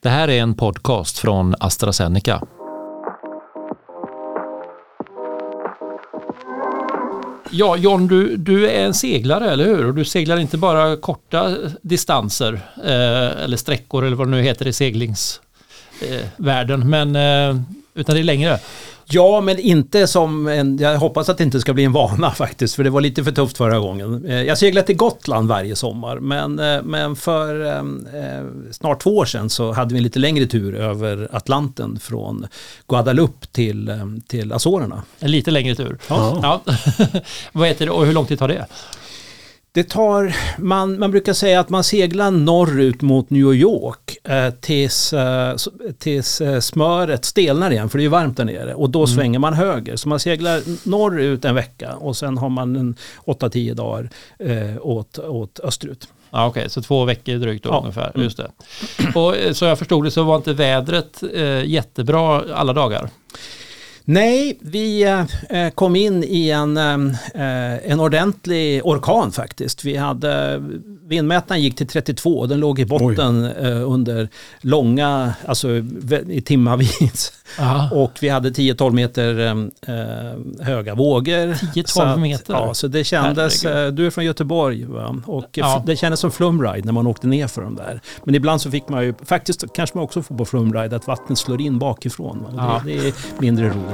Det här är en podcast från AstraZeneca. Ja, John, du är en seglare, eller hur? Och du seglar inte bara korta distanser eller sträckor eller vad det nu heter i seglingsvärlden, utan det är längre. Ja, men inte som jag hoppas att det inte ska bli en vana faktiskt, för det var lite för tufft förra gången. Jag seglar till Gotland varje sommar, men för snart 2 år sedan så hade vi en lite längre tur över Atlanten från Guadeloupe till Azorerna. En lite längre tur. Ja. Vad heter det och hur lång tid tar det? Det tar, man brukar säga att man seglar norrut mot New York tills smöret stelnar igen, för det är ju varmt där nere, och då svänger man höger. Så man seglar norrut en vecka och sen har man 8-10 dagar åt österut. Ja, okej, så 2 veckor drygt då, ungefär. Just det. Och så jag förstod det, så var inte vädret jättebra alla dagar? Nej, vi kom in i en ordentlig orkan faktiskt. Vindmätaren gick till 32, den låg i botten under långa, alltså i timmavis. Och vi hade 10-12 meter höga vågor. 10-12 meter? Ja, så det kändes, du är från Göteborg, va? Och det kändes som flumride när man åkte ner för dem där. Men ibland så fick man ju, faktiskt kanske man också får på flumride, att vattnet slår in bakifrån. Va? Det är mindre roligt.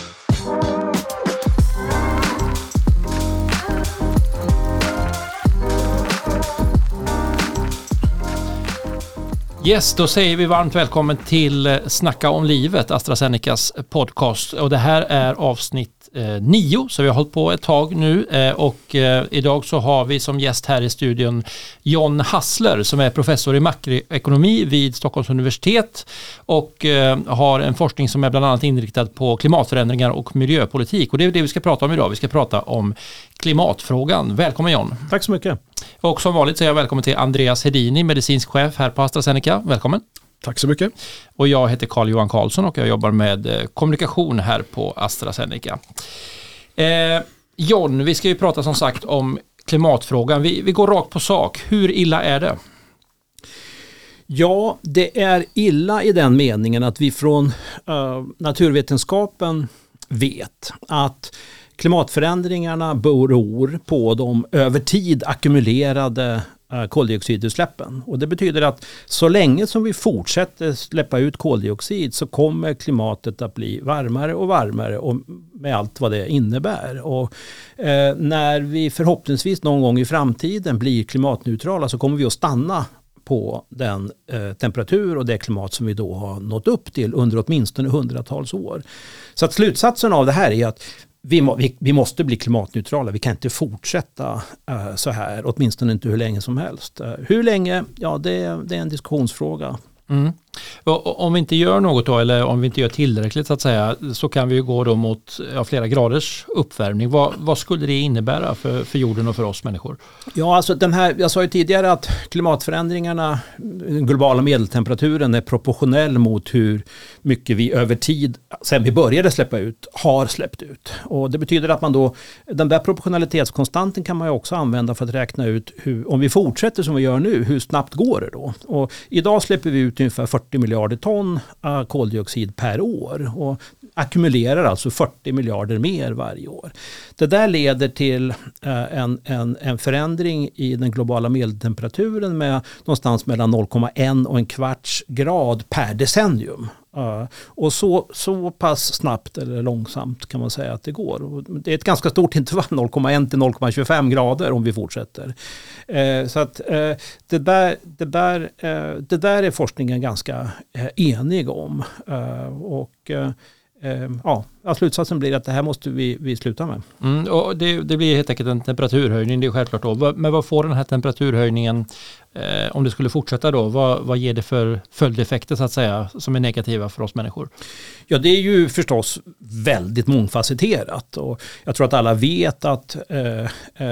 Yes, då säger vi varmt välkommen till Snacka om livet, AstraZenecas podcast. Och det här är avsnitt 9, så vi har hållit på ett tag nu. Och idag så har vi som gäst här i studion John Hassler, som är professor i makroekonomi vid Stockholms universitet och har en forskning som är bland annat inriktad på klimatförändringar och miljöpolitik. Och det är det vi ska prata om idag. Vi ska prata om klimatfrågan. Välkommen John. Tack så mycket. Och som vanligt så är jag välkommen till Andreas Hedini, medicinsk chef här på AstraZeneca. Välkommen. Tack så mycket. Och jag heter Carl-Johan Karlsson och jag jobbar med kommunikation här på AstraZeneca. John, vi ska ju prata som sagt om klimatfrågan. Vi går rakt på sak. Hur illa är det? Ja, det är illa i den meningen att vi från naturvetenskapen vet att klimatförändringarna beror på de över tid ackumulerade koldioxidutsläppen. Och det betyder att så länge som vi fortsätter släppa ut koldioxid så kommer klimatet att bli varmare och varmare, och med allt vad det innebär. Och när vi förhoppningsvis någon gång i framtiden blir klimatneutrala så kommer vi att stanna på den temperatur och det klimat som vi då har nått upp till under åtminstone 100-tals år. Så att slutsatsen av det här är att vi måste bli klimatneutrala. Vi kan inte fortsätta så här, åtminstone inte hur länge som helst. Hur länge? Ja, det är en diskussionsfråga. Mm. Och om vi inte gör något då, eller om vi inte gör tillräckligt så att säga, så kan vi ju gå då mot flera graders uppvärmning. Vad skulle det innebära för jorden och för oss människor? Ja, alltså jag sa ju tidigare att klimatförändringarna, den globala medeltemperaturen, är proportionell mot hur mycket vi över tid, sen vi började släppa ut, har släppt ut. Och det betyder att man då, den där proportionalitetskonstanten kan man ju också använda för att räkna ut om vi fortsätter som vi gör nu, hur snabbt går det då? Och idag släpper vi ut ungefär 40 miljarder ton koldioxid per år och ackumulerar alltså 40 miljarder mer varje år. Det där leder till en förändring i den globala medeltemperaturen med någonstans mellan 0,1 och 1/4 grad per decennium. Och så pass snabbt eller långsamt kan man säga att det går. Och det är ett ganska stort intervall, 0,1 till 0,25 grader om vi fortsätter. Så att det där är forskningen ganska enig om. Slutsatsen blir att det här måste vi sluta med. Och det blir helt enkelt en temperaturhöjning, det är självklart då. Men vad får den här temperaturhöjningen, om det skulle fortsätta då, vad ger det för följdeffekter så att säga som är negativa för oss människor? Ja, det är ju förstås väldigt mångfacetterat, och jag tror att alla vet att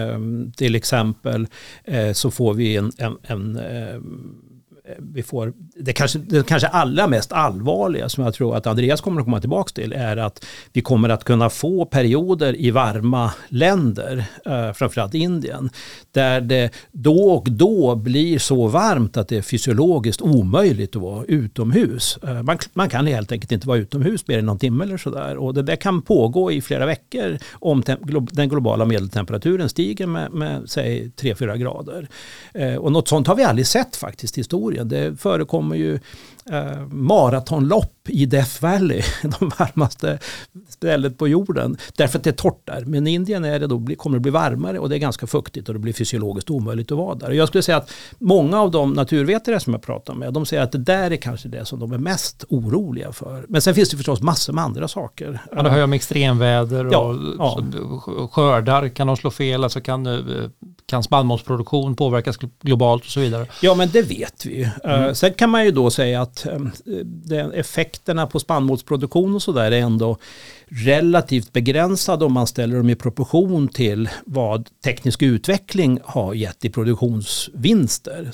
till exempel så får vi vi får det kanske allra mest allvarliga som jag tror att Andreas kommer att komma tillbaka till är att vi kommer att kunna få perioder i varma länder, framförallt Indien, där det då och då blir så varmt att det är fysiologiskt omöjligt att vara utomhus. Man kan helt enkelt inte vara utomhus mer än någon timme eller sådär, och det där kan pågå i flera veckor om den globala medeltemperaturen stiger med säg 3-4 grader. Och något sånt har vi aldrig sett faktiskt i historien. Det förekommer ju maratonlopp i Death Valley, de varmaste stället på jorden, därför att det är torrt där. Men i Indien kommer det bli varmare och det är ganska fuktigt och det blir fysiologiskt omöjligt att vara där. Och jag skulle säga att många av de naturvetare som jag pratar med, de säger att det där är kanske det som de är mest oroliga för. Men sen finns det förstås massor med andra saker. Ja, det har ju om extremväder och skördar, kan de slå fel, alltså kan spannmålsproduktion påverkas globalt och så vidare. Ja, men det vet vi ju. Sen kan man ju då säga att effekterna på spannmålsproduktion och sådär är ändå relativt begränsade om man ställer dem i proportion till vad teknisk utveckling har gett i produktionsvinster.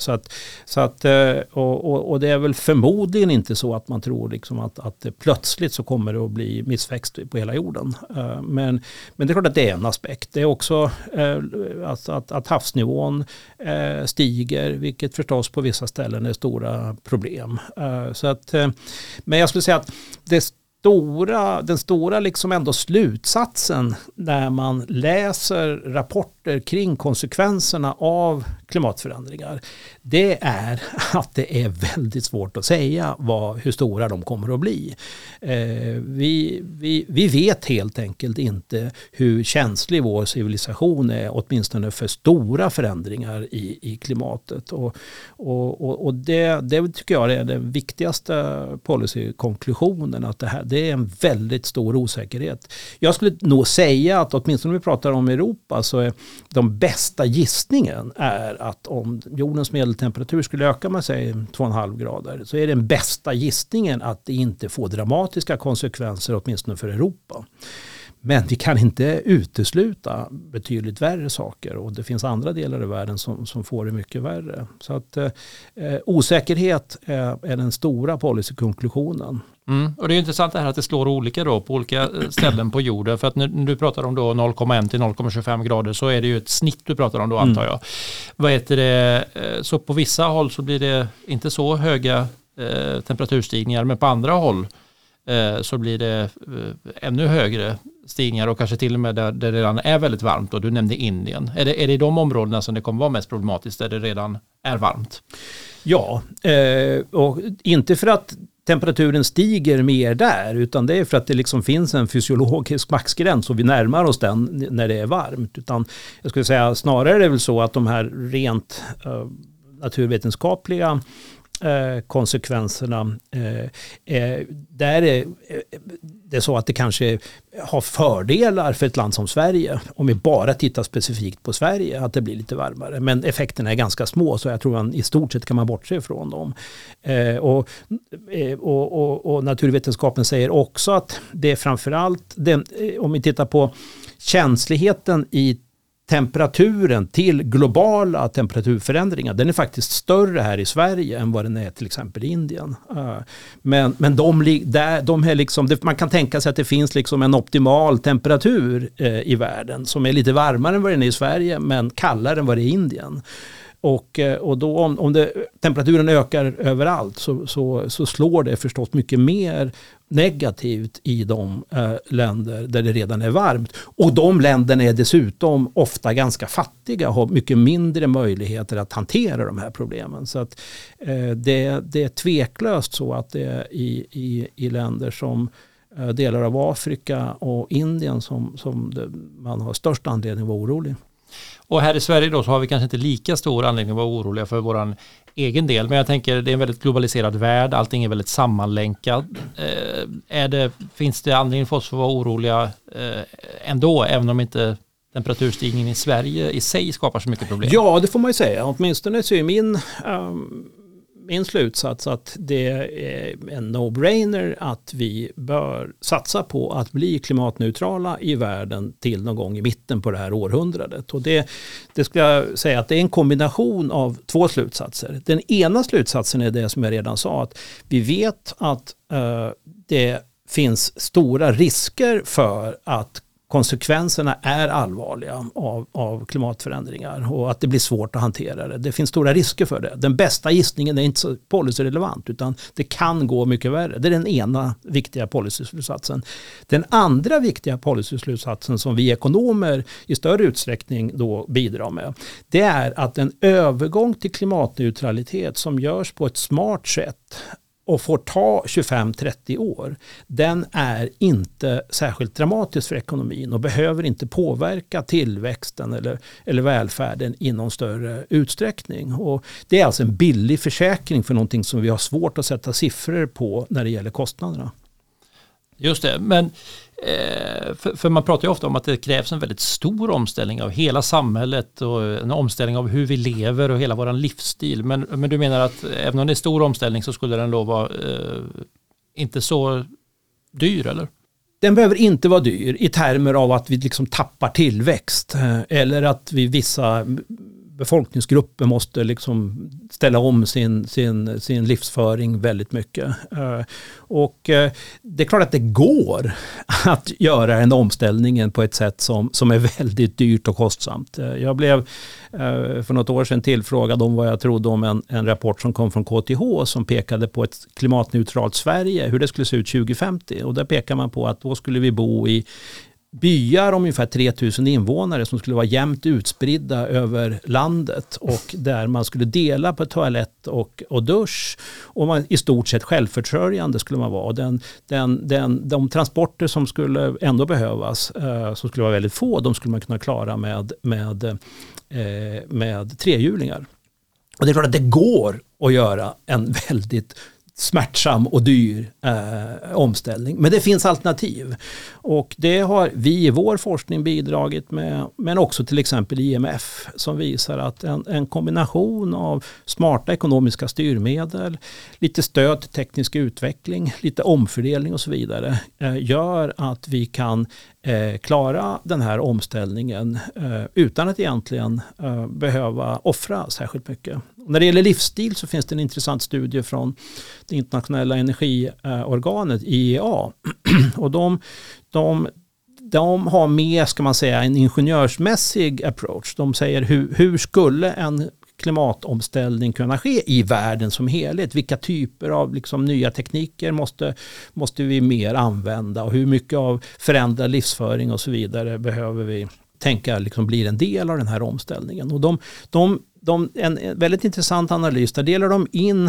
Och det är väl förmodligen inte så att man tror liksom att det plötsligt så kommer det att bli missväxt på hela jorden. Men det är klart att det är en aspekt. Det är också att havsnivån stiger, vilket förstås på vissa ställen är stora problem. Men jag skulle säga att den stora liksom ändå slutsatsen när man läser rapporter kring konsekvenserna av klimatförändringar, det är att det är väldigt svårt att säga hur stora de kommer att bli. Vi vet helt enkelt inte hur känslig vår civilisation är, åtminstone för stora förändringar i klimatet. Och det tycker jag är den viktigaste policykonklusionen, att det är en väldigt stor osäkerhet. Jag skulle nog säga att åtminstone om vi pratar om Europa så är de bästa gissningen är att om jordens medeltemperatur skulle öka med sig 2,5 grader så är den bästa gissningen att det inte får dramatiska konsekvenser åtminstone för Europa. Men vi kan inte utesluta betydligt värre saker, och det finns andra delar i världen som får det mycket värre. Så att osäkerhet är den stora policykonklusionen. Och det är intressant det här att det slår olika då på olika ställen på jorden, för att när du pratar om då 0,1 till 0,25 grader så är det ju ett snitt du pratar om då, antar jag. Vad heter det? Så på vissa håll så blir det inte så höga temperaturstigningar, men på andra håll så blir det ännu högre stigningar och kanske till och med där det redan är väldigt varmt, och du nämnde Indien. Är det i de områdena som det kommer vara mest problematiskt där det redan är varmt? Ja, och inte för att temperaturen stiger mer där, utan det är för att det liksom finns en fysiologisk maxgräns och vi närmar oss den när det är varmt. Utan jag skulle säga snarare är det väl så att de här rent naturvetenskapliga konsekvenserna där är det så att det kanske har fördelar för ett land som Sverige, om vi bara tittar specifikt på Sverige, att det blir lite varmare, men effekterna är ganska små, så jag tror att i stort sett kan man bortse ifrån dem. Och naturvetenskapen säger också att det är framförallt om vi tittar på känsligheten i temperaturen till globala temperaturförändringar, den är faktiskt större här i Sverige än vad den är till exempel i Indien. Men de är liksom, man kan tänka sig att det finns liksom en optimal temperatur i världen som är lite varmare än vad den är i Sverige, men kallare än vad det är i Indien. Och då om temperaturen ökar överallt så slår det förstås mycket mer negativt i de länder där det redan är varmt. Och de länderna är dessutom ofta ganska fattiga och har mycket mindre möjligheter att hantera de här problemen. Så att det är tveklöst så att det är i länder som delar av Afrika och Indien som man har störst anledning att vara orolig. Och här i Sverige då så har vi kanske inte lika stor anledning att vara oroliga för vår egen del. Men jag tänker det är en väldigt globaliserad värld. Allting är väldigt sammanlänkat. Finns det anledning för oss att vara oroliga ändå, även om inte temperaturstigningen i Sverige i sig skapar så mycket problem? Ja, det får man ju säga. Åtminstone så är min slutsats att det är en no-brainer att vi bör satsa på att bli klimatneutrala i världen till någon gång i mitten på det här århundradet. Och det skulle jag säga att det är en kombination av två slutsatser. Den ena slutsatsen är det som jag redan sa, att vi vet att det finns stora risker för att konsekvenserna är allvarliga av klimatförändringar och att det blir svårt att hantera det. Det finns stora risker för det. Den bästa gissningen är inte så policyrelevant, utan det kan gå mycket värre. Det är den ena viktiga policyslutsatsen. Den andra viktiga policyslutsatsen som vi ekonomer i större utsträckning då bidrar med, det är att en övergång till klimatneutralitet som görs på ett smart sätt och får ta 25-30 år, den är inte särskilt dramatisk för ekonomin och behöver inte påverka tillväxten eller välfärden i någon större utsträckning. Och det är alltså en billig försäkring för någonting som vi har svårt att sätta siffror på när det gäller kostnaderna. Just det, men för man pratar ju ofta om att det krävs en väldigt stor omställning av hela samhället och en omställning av hur vi lever och hela vår livsstil. Men du menar att även om det är stor omställning så skulle den då vara inte så dyr, eller? Den behöver inte vara dyr i termer av att vi liksom tappar tillväxt eller att vi vissa befolkningsgrupper måste liksom ställa om sin livsföring väldigt mycket. Och det är klart att det går att göra en omställningen på ett sätt som är väldigt dyrt och kostsamt. Jag blev för något år sedan tillfrågad om vad jag trodde om en rapport som kom från KTH som pekade på ett klimatneutralt Sverige, hur det skulle se ut 2050. Och där pekar man på att då skulle vi bo i byar om ungefär 3000 invånare som skulle vara jämnt utspridda över landet och där man skulle dela på toalett och dusch och man i stort sett självförsörjande skulle man vara. De transporter som skulle ändå behövas, som skulle vara väldigt få, de skulle man kunna klara med trehjulingar. Och det är klart att det går att göra en väldigt smärtsam och dyr omställning. Men det finns alternativ. Och det har vi i vår forskning bidragit med, men också till exempel IMF som visar att en kombination av smarta ekonomiska styrmedel, lite stöd till teknisk utveckling, lite omfördelning och så vidare gör att vi kan klara den här omställningen utan att egentligen behöva offra särskilt mycket. När det gäller livsstil så finns det en intressant studie från det internationella energiorganet IEA och de har med, ska man säga, en ingenjörsmässig approach. De säger hur skulle en klimatomställning kunna ske i världen som helhet? Vilka typer av liksom nya tekniker måste vi mer använda och hur mycket av förändrad livsföring och så vidare behöver vi tänka liksom blir en del av den här omställningen? Och en väldigt intressant analys, där delar de in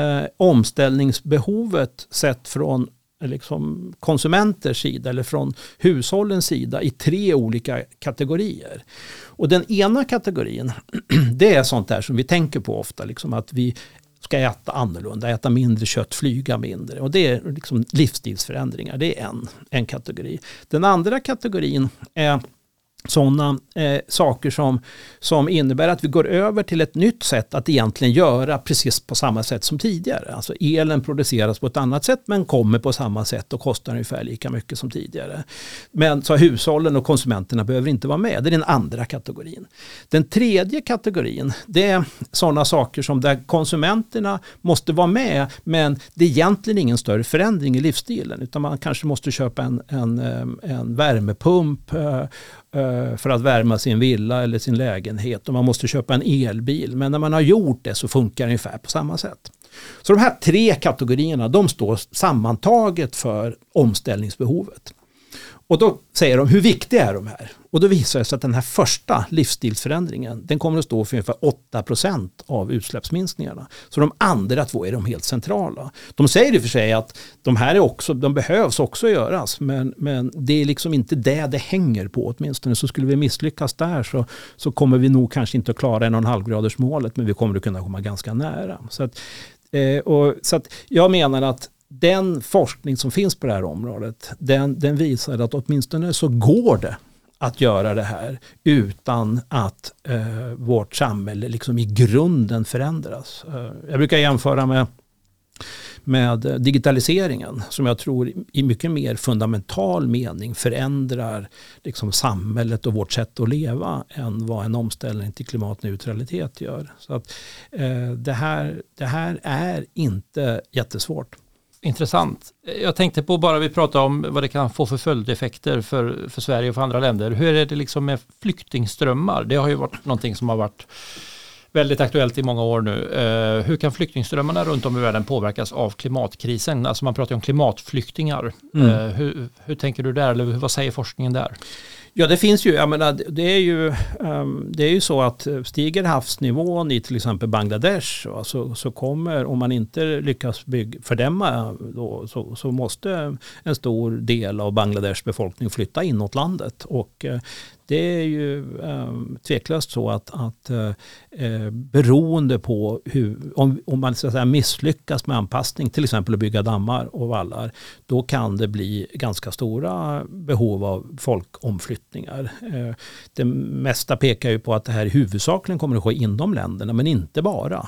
omställningsbehovet sett från liksom konsumenters sida eller från hushållens sida i 3 olika kategorier. Och den ena kategorin, det är sånt där som vi tänker på ofta, liksom att vi ska äta annorlunda, äta mindre kött, flyga mindre. Och det är liksom livsstilsförändringar, det är en kategori. Den andra kategorin är sådana saker som innebär att vi går över till ett nytt sätt att egentligen göra precis på samma sätt som tidigare. Alltså elen produceras på ett annat sätt men kommer på samma sätt och kostar ungefär lika mycket som tidigare. Men så hushållen och konsumenterna behöver inte vara med. Det är den andra kategorin. Den tredje kategorin, det är sådana saker som där konsumenterna måste vara med, men det är egentligen ingen större förändring i livsstilen, utan man kanske måste köpa en värmepump för att värma sin villa eller sin lägenhet, och man måste köpa en elbil, men när man har gjort det så funkar det ungefär på samma sätt. Så de här 3 kategorierna, de står sammantaget för omställningsbehovet. Och då säger de, hur viktiga är de här? Och då visar det sig att den här första livsstilsförändringen, den kommer att stå för ungefär 8% av utsläppsminskningarna. Så de andra 2 är de helt centrala. De säger i och för sig att de här är också, de behövs också göras, men det är liksom inte det hänger på åtminstone. Så skulle vi misslyckas där så kommer vi nog kanske inte att klara 1,5-gradersmålet, men vi kommer att kunna komma ganska nära. Så att jag menar att den forskning som finns på det här området, den visar att åtminstone så går det att göra det här utan att vårt samhälle liksom i grunden förändras. Jag brukar jämföra med digitaliseringen som jag tror i mycket mer fundamental mening förändrar liksom samhället och vårt sätt att leva än vad en omställning till klimatneutralitet gör. Så att, det här är inte jättesvårt. Intressant. Jag tänkte på bara vi pratar om vad det kan få för följdeffekter för Sverige och för andra länder. Hur är det liksom med flyktingströmmar? Det har ju varit någonting som har varit väldigt aktuellt i många år nu. Hur kan flyktingströmmarna runt om i världen påverkas av klimatkrisen? Alltså man pratar ju om klimatflyktingar. Hur tänker du där? Eller vad säger forskningen där? Ja, det finns ju, jag menar, det är ju så att stiger havsnivån i till exempel Bangladesh så kommer, om man inte lyckas fördämma då, så måste en stor del av Bangladeshs befolkning flytta inåt landet. Och det är ju tveklöst så att beroende på om man så att säga misslyckas med anpassning, till exempel att bygga dammar och vallar, då kan det bli ganska stora behov av folkomflyttningar. Det mesta pekar ju på att det här huvudsakligen kommer att ske inom länderna, men inte bara.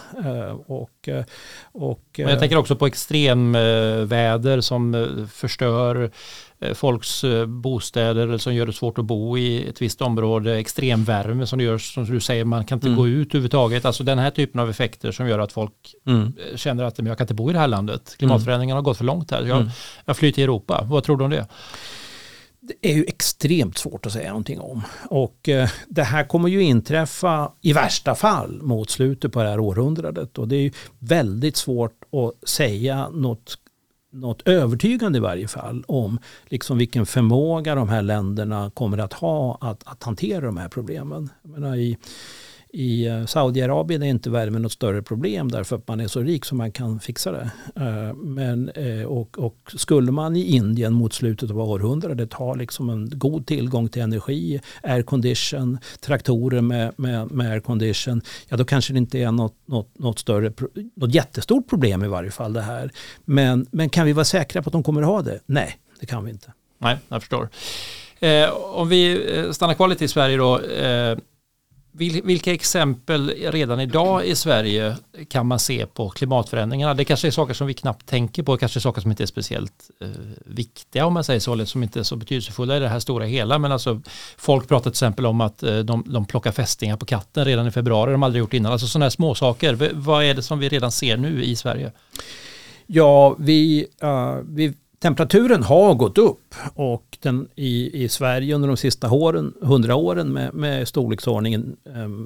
Men jag tänker också på extremväder som förstör folks bostäder, som gör det svårt att bo i ett visst område, extremvärme som gör, som du säger, man kan inte gå ut överhuvudtaget. Alltså den här typen av effekter som gör att folk känner att jag kan inte bo i det här landet. Klimatförändringarna har gått för långt här. Jag flyr till Europa. Vad tror du om det? Det är ju extremt svårt att säga någonting om. Och det här kommer ju inträffa i värsta fall mot slutet på det här århundradet. Och det är ju väldigt svårt att säga något övertygande i varje fall om liksom vilken förmåga de här länderna kommer att ha att hantera de här problemen. Jag menar, i Saudiarabien är inte värme något större problem därför att man är så rik som man kan fixa det. Och skulle man i Indien mot slutet av århundradet ha liksom en god tillgång till energi, aircondition, traktorer med aircondition, ja då kanske det inte är något jättestort problem i varje fall det här. Men kan vi vara säkra på att de kommer att ha det? Nej, det kan vi inte. Nej, jag förstår. Om vi stannar kvar lite i Sverige då, vilka exempel redan idag i Sverige kan man se på klimatförändringarna? Det kanske är saker som vi knappt tänker på, kanske är saker som inte är speciellt viktiga om man säger så, eller som inte är så betydelsefulla i det här stora hela. Men alltså, folk pratar till exempel om att de plockar fästingar på katten redan i februari, de har aldrig gjort innan. Alltså sådana här små saker. Vad är det som vi redan ser nu i Sverige? Ja, temperaturen har gått upp och den i Sverige under de sista 100 åren med storleksordningen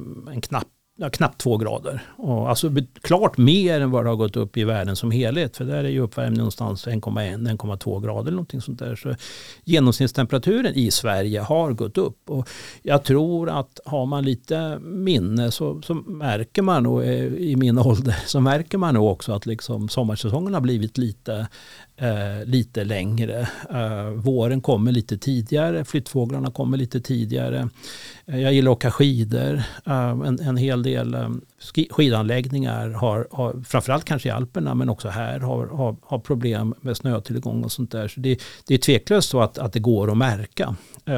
knappt 2 grader. Och alltså klart mer än vad det har gått upp i världen som helhet. För där är ju uppvärmning någonstans 1,1-1,2 grader eller någonting sånt där. Så genomsnittstemperaturen i Sverige har gått upp. Och jag tror att har man lite minne så märker man nog i min ålder så märker man nog också att liksom sommarsäsongen har blivit lite längre. Våren kommer lite tidigare, flyttfåglarna kommer lite tidigare. Jag gillar att åka skidor. En hel del skidanläggningar har framförallt kanske i Alperna men också här har problem med snötillgång och sånt där. Så det är tveklöst så att det går att märka.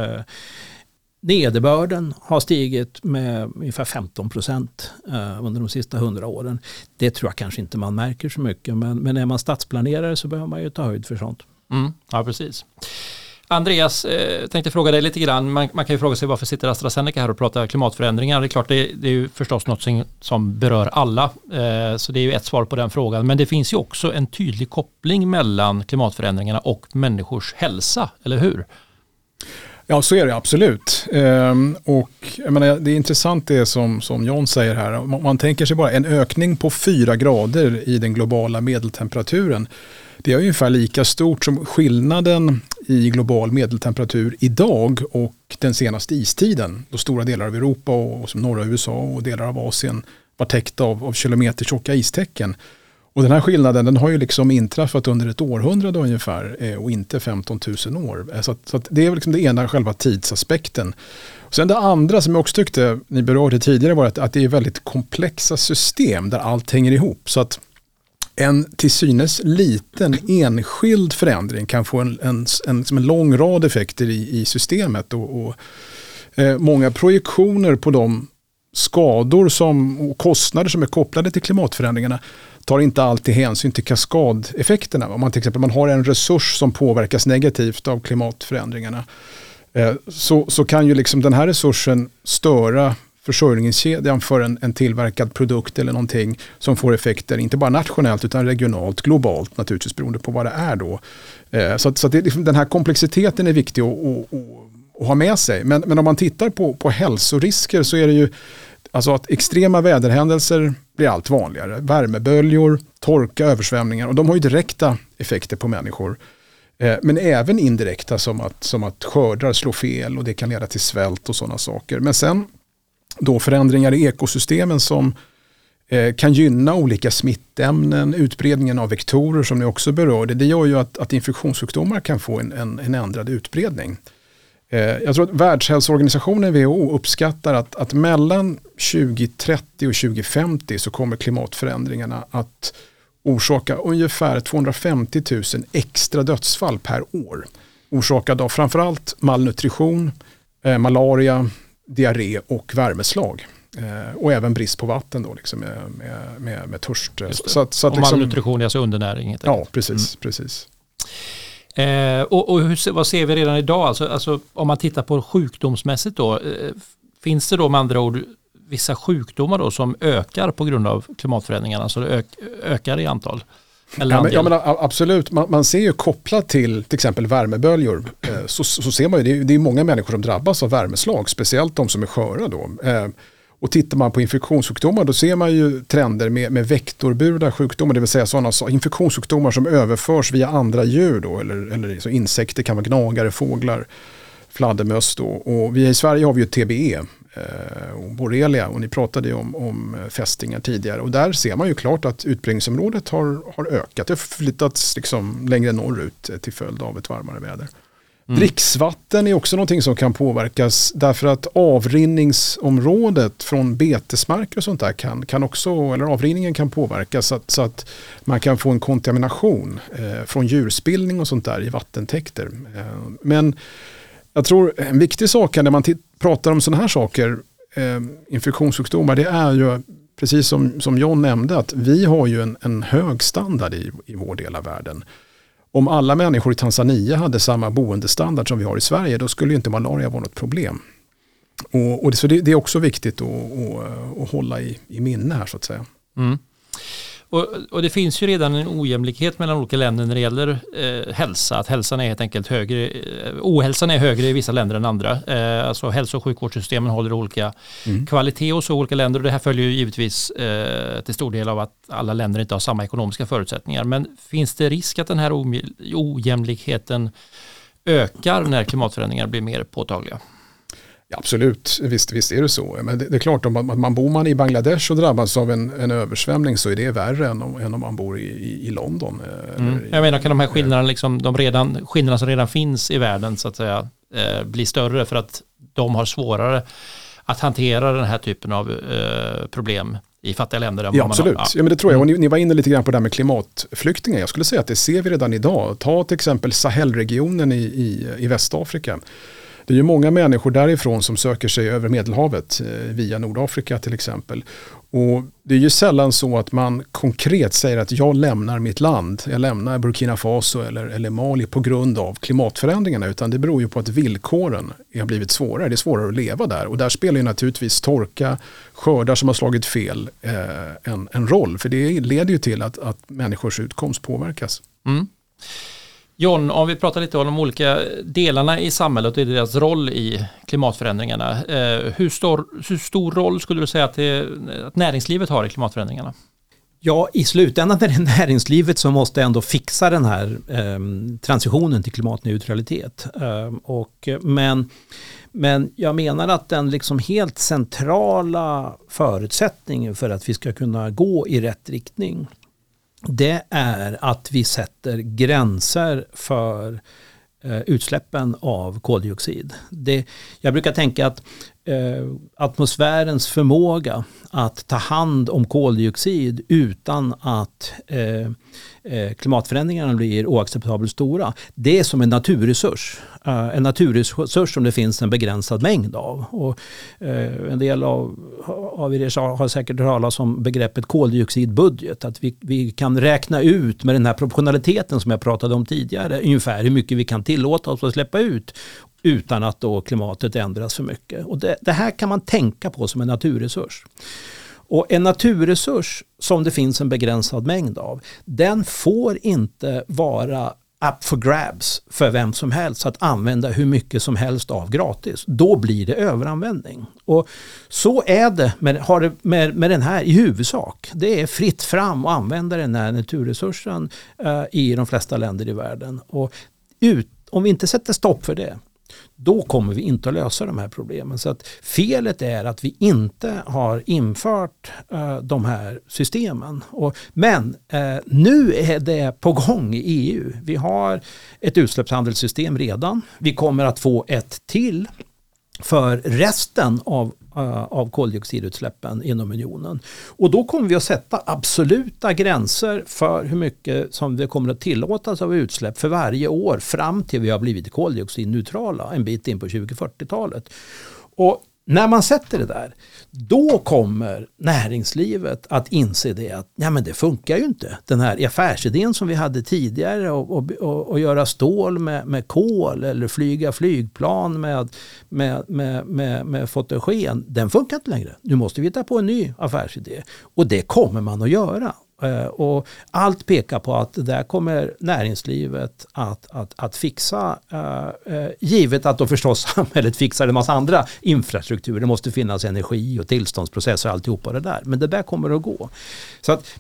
Nederbörden har stigit med ungefär 15% under de sista 100 åren. Det tror jag kanske inte man märker så mycket, men är man stadsplanerare så behöver man ju ta höjd för sånt. Ja, precis. Andreas, tänkte fråga dig lite grann. Man kan ju fråga sig varför sitter AstraZeneca här och pratar klimatförändringar. Det är klart, det är ju förstås något som berör alla. Så det är ju ett svar på den frågan. Men det finns ju också en tydlig koppling mellan klimatförändringarna och människors hälsa, eller hur? Ja, så är det absolut. Och jag menar, det är intressant det som John säger här. Man tänker sig bara en ökning på 4 grader i den globala medeltemperaturen. Det är ungefär lika stort som skillnaden i global medeltemperatur idag och den senaste istiden. Då stora delar av Europa och som norra USA och delar av Asien var täckta av kilometertjocka istäcken. Och den här skillnaden den har ju liksom inträffat under ett århundrade ungefär och inte 15 000 år. Så att det är liksom det ena, själva tidsaspekten. Och sen det andra som jag också tyckte ni berörde tidigare var att det är väldigt komplexa system där allt hänger ihop. Så att en till synes liten enskild förändring kan få en lång rad effekter i systemet och många projektioner på de skador och kostnader som är kopplade till klimatförändringarna tar inte alltid hänsyn till kaskadeffekterna. Om man till exempel har en resurs som påverkas negativt av klimatförändringarna så kan ju liksom den här resursen störa försörjningskedjan för en tillverkad produkt eller någonting som får effekter inte bara nationellt utan regionalt, globalt naturligtvis beroende på vad det är då. Så det, liksom, den här komplexiteten är viktig att ha med sig. Men om man tittar på hälsorisker så är det ju alltså att extrema väderhändelser blir allt vanligare. Värmeböljor, torka, översvämningar och de har ju direkta effekter på människor. Men även indirekta som att skördar slår fel och det kan leda till svält och sådana saker. Men sen då förändringar i ekosystemen som kan gynna olika smittämnen, utbredningen av vektorer som ni också berörde. Det gör ju att infektionssjukdomar kan få en ändrad utbredning. Jag tror att Världshälsoorganisationen WHO uppskattar att mellan 2030 och 2050 så kommer klimatförändringarna att orsaka ungefär 250 000 extra dödsfall per år. Orsakade av framförallt malnutrition, malaria, diarré och värmeslag. Och även brist på vatten då, liksom med törst. Så att och liksom, malnutrition är alltså undernäring. Ja, precis. Vad ser vi redan idag? Alltså, om man tittar på sjukdomsmässigt då, finns det då med andra ord vissa sjukdomar då som ökar på grund av klimatförändringarna, alltså ökar i antal? Ja, men absolut. Man ser ju kopplat till exempel värmeböljor så ser man ju, det är många människor som drabbas av värmeslag, speciellt de som är sköra då. Och tittar man på infektionssjukdomar då ser man ju trender med vektorburna sjukdomar, det vill säga sådana infektionssjukdomar som överförs via andra djur då, eller så insekter, kan vara gnagare, fåglar, fladdermöss då. Och vi i Sverige har vi ju TBE och borrelia och ni pratade ju om fästingar tidigare och där ser man ju klart att utbredningsområdet har ökat. Det har flyttats liksom längre norrut till följd av ett varmare väder. Dricksvatten är också någonting som kan påverkas därför att avrinningsområdet från betesmarker och sånt där kan också, eller avrinningen kan påverkas så att man kan få en kontamination från djurspillning och sånt där i vattentäkter. Men jag tror en viktig sak när man pratar om sådana här saker, infektionssjukdomar, det är ju precis som John nämnde att vi har ju en hög standard i vår del av världen. Om alla människor i Tanzania hade samma boendestandard som vi har i Sverige, då skulle ju inte malaria vara något problem. Och så det är också viktigt att hålla i minne här så att säga. Mm. Och det finns ju redan en ojämlikhet mellan olika länder när det gäller hälsa. Att hälsan är helt enkelt högre, ohälsan är högre i vissa länder än andra. Alltså hälso- och sjukvårdssystemen håller olika kvalitet hos olika länder. Och det här följer ju givetvis till stor del av att alla länder inte har samma ekonomiska förutsättningar. Men finns det risk att den här ojämlikheten ökar när klimatförändringar blir mer påtagliga? Ja, absolut, visst är det så. Men det är klart, om man bor i Bangladesh och drabbas av en översvämning så är det värre än om man bor i London. Jag menar, kan de här skillnaderna, liksom, skillnaderna som redan finns i världen så att säga, bli större för att de har svårare att hantera den här typen av problem i fattiga länder? Ja, absolut. Ja, men det tror jag. Och ni var inne lite grann på det här med klimatflyktingar. Jag skulle säga att det ser vi redan idag. Ta till exempel Sahelregionen i Västafrika. Det är ju många människor därifrån som söker sig över Medelhavet via Nordafrika till exempel. Och det är ju sällan så att man konkret säger att jag lämnar mitt land, jag lämnar Burkina Faso eller Mali på grund av klimatförändringarna, utan det beror ju på att villkoren har blivit svårare. Det är svårare att leva där och där spelar ju naturligtvis torka, skördar som har slagit fel en roll, för det leder ju till att människors utkomst påverkas. Mm. John, om vi pratar lite om de olika delarna i samhället och deras roll i klimatförändringarna. Hur stor roll skulle du säga att näringslivet har i klimatförändringarna? Ja, i slutändan är det näringslivet som måste ändå fixa den här transitionen till klimatneutralitet. Men jag menar att den liksom helt centrala förutsättningen för att vi ska kunna gå i rätt riktning, det är att vi sätter gränser för utsläppen av koldioxid. Jag brukar tänka att atmosfärens förmåga att ta hand om koldioxid utan att klimatförändringarna blir oacceptabelt stora. Det är som en naturresurs. En naturresurs som det finns en begränsad mängd av. Och, en del av er har säkert hört talas om begreppet koldioxidbudget. Att vi kan räkna ut med den här proportionaliteten som jag pratade om tidigare ungefär hur mycket vi kan tillåta oss att släppa ut utan att då klimatet ändras för mycket. Och det här kan man tänka på som en naturresurs. Och en naturresurs som det finns en begränsad mängd av, den får inte vara up for grabs för vem som helst att använda hur mycket som helst av gratis. Då blir det överanvändning. Och så är det med den här i huvudsak. Det är fritt fram att använda den här naturresursen i de flesta länder i världen. Och om vi inte sätter stopp för det, då kommer vi inte att lösa de här problemen. Så att felet är att vi inte har infört de här systemen. Men nu är det på gång i EU. Vi har ett utsläppshandelssystem redan. Vi kommer att få ett till för resten av koldioxidutsläppen inom unionen. Och då kommer vi att sätta absoluta gränser för hur mycket som det kommer att tillåtas av utsläpp för varje år fram till vi har blivit koldioxidneutrala en bit in på 2040-talet. Och när man sätter det där, då kommer näringslivet att inse det att men det funkar ju inte. Den här affärsidén som vi hade tidigare och göra stål med kol eller flyga flygplan med fotogen, den funkar inte längre. Nu måste vi ta på en ny affärsidé. Och det kommer man att göra. Och allt pekar på att det där kommer näringslivet att fixa, givet att då förstås samhället fixar en massa andra infrastrukturer. Det måste finnas energi och tillståndsprocesser och alltihopa det där. Men det där kommer att gå. Så att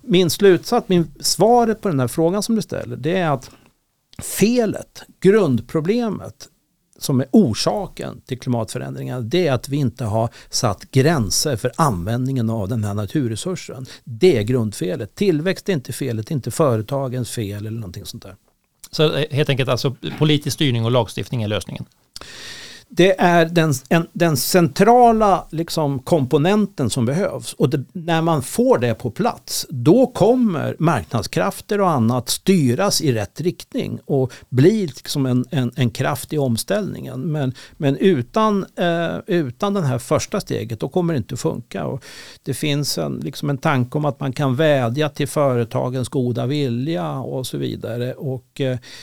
svaret på den här frågan som du ställer, det är att felet, grundproblemet som är orsaken till klimatförändringar, det är att vi inte har satt gränser för användningen av den här naturresursen. Det är grundfelet. Tillväxt är inte felet, inte företagens fel eller någonting sånt där. Så helt enkelt alltså politisk styrning och lagstiftning är lösningen? Det är den centrala komponenten som behövs. Och när man får det på plats, då kommer marknadskrafter och annat styras i rätt riktning och blir en kraft i omställningen. Men utan den här första steget, då kommer det inte att funka. Och det finns en tanke om att man kan vädja till företagens goda vilja och så vidare. Och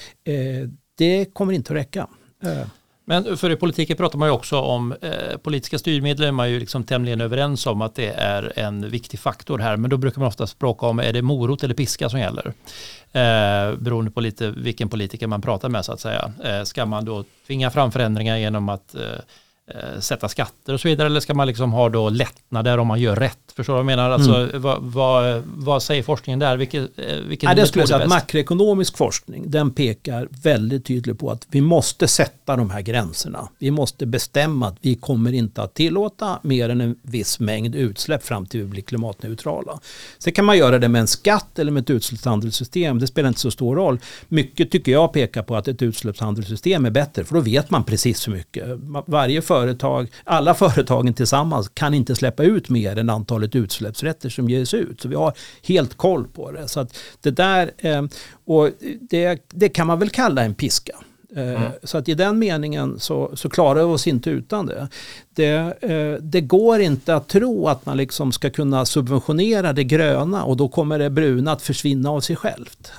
det kommer inte att räcka. Men för i politiken pratar man ju också om politiska styrmedel, är man ju tämligen överens om att det är en viktig faktor här. Men då brukar man ofta språka om, är det morot eller piska som gäller? Beroende på lite vilken politiker man pratar med så att säga. Ska man då tvinga fram förändringar genom att sätta skatter och så vidare, eller ska man ha då lättnader om man gör rätt? Förstår du vad jag menar? Alltså, vad säger forskningen där? Det skulle jag säga att makroekonomisk forskning, den pekar väldigt tydligt på att vi måste sätta de här gränserna. Vi måste bestämma att vi kommer inte att tillåta mer än en viss mängd utsläpp fram till vi blir klimatneutrala. Sen kan man göra det med en skatt eller med ett utsläppshandelssystem. Det spelar inte så stor roll. Mycket tycker jag pekar på att ett utsläppshandelssystem är bättre, för då vet man precis hur mycket. Alla företagen tillsammans kan inte släppa ut mer än antalet utsläppsrätter som ges ut. Så vi har helt koll på det. Så att det där, och det kan man väl kalla en piska. Så att i den meningen så klarar vi oss inte utan det. Det går inte att tro att man ska kunna subventionera det gröna och då kommer det bruna att försvinna av sig självt.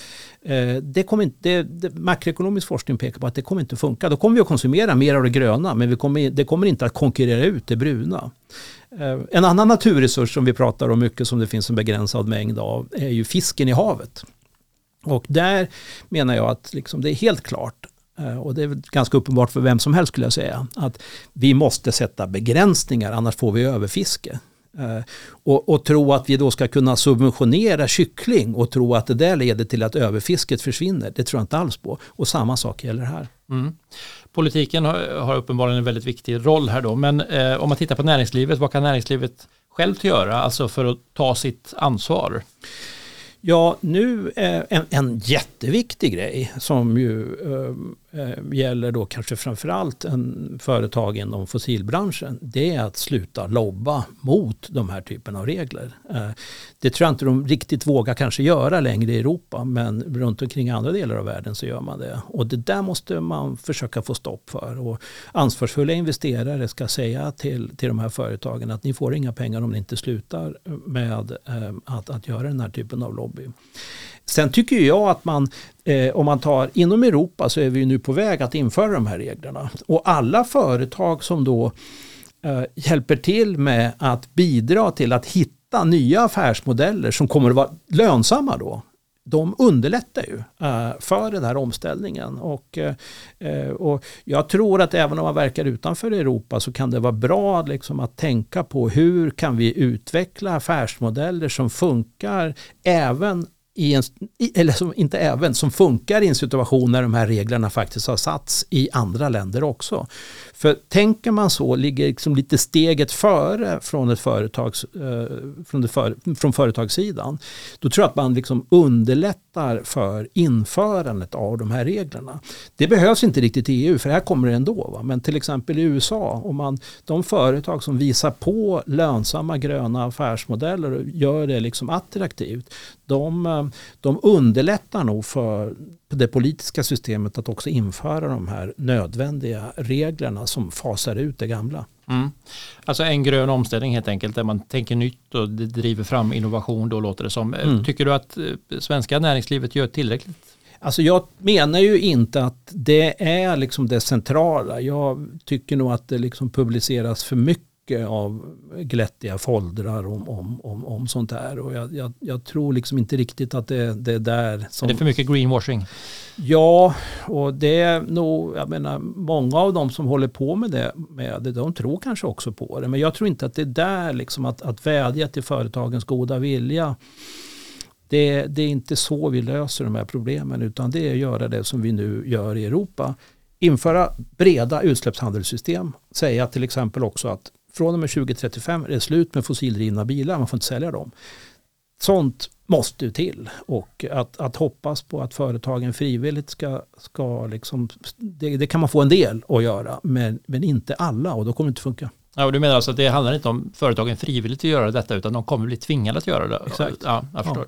Makroekonomisk forskning pekar på att det kommer inte att funka. Då kommer vi att konsumera mer av det gröna, men det kommer inte att konkurrera ut det bruna. En annan naturresurs som vi pratar om mycket, som det finns en begränsad mängd av, är ju fisken i havet. Och där menar jag att det är helt klart, och det är ganska uppenbart för vem som helst skulle jag säga, att vi måste sätta begränsningar, annars får vi överfiske. Och tro att vi då ska kunna subventionera kyckling och tro att det där leder till att överfisket försvinner, det tror jag inte alls på. Och samma sak gäller här. Politiken har uppenbarligen en väldigt viktig roll här då, men om man tittar på näringslivet, vad kan näringslivet självt göra, alltså för att ta sitt ansvar? Ja, nu en jätteviktig grej som ju gäller då kanske framförallt en företag inom fossilbranschen, det är att sluta lobba mot de här typen av regler. Det tror jag inte de riktigt vågar kanske göra längre i Europa, men runt omkring andra delar av världen så gör man det. Och det där måste man försöka få stopp för. Och ansvarsfulla investerare ska säga till de här företagen att ni får inga pengar om ni inte slutar med att göra den här typen av lobby. Sen tycker jag att man, om man tar inom Europa så är vi nu på väg att införa de här reglerna. Och alla företag som då hjälper till med att bidra till att hitta nya affärsmodeller som kommer att vara lönsamma då, de underlättar ju för den här omställningen. Och jag tror att även om man verkar utanför Europa så kan det vara bra liksom att tänka på hur kan vi utveckla affärsmodeller som funkar även som funkar i en situation när de här reglerna faktiskt har satts i andra länder också. För tänker man så ligger liksom lite steget före från från företagssidan. Då tror jag att man liksom underlättar för införandet av de här reglerna. Det behövs inte riktigt i EU för här kommer det ändå. Va? Men till exempel i USA, om de företag som visar på lönsamma gröna affärsmodeller och gör det liksom attraktivt, de underlättar nog för det politiska systemet att också införa de här nödvändiga reglerna som fasar ut det gamla. Mm. Alltså en grön omställning helt enkelt där man tänker nytt och det driver fram innovation, då låter det som. Tycker du att svenska näringslivet gör tillräckligt? Alltså jag menar ju inte att det är liksom det centrala. Jag tycker nog att det liksom publiceras för mycket av glättiga foldrar om sånt här. Och jag tror liksom inte riktigt att det är där som... Är det för mycket greenwashing? Ja, och det är nog, jag menar, många av dem som håller på med det, de tror kanske också på det. Men jag tror inte att det är där liksom att vädja till företagens goda vilja. Det är inte så vi löser de här problemen, utan det är att göra det som vi nu gör i Europa. Införa breda utsläppshandelssystem. Säga till exempel också att från och med 2035 är det slut med fossildrivna bilar. Man får inte sälja dem. Sånt måste till. Och att hoppas på att företagen frivilligt ska liksom, det kan man få en del att göra. Men inte alla, och då kommer det inte funka. Ja, och du menar alltså att det handlar inte om företagen frivilligt att göra detta, utan de kommer bli tvingade att göra det? Exakt. Ja, jag förstår.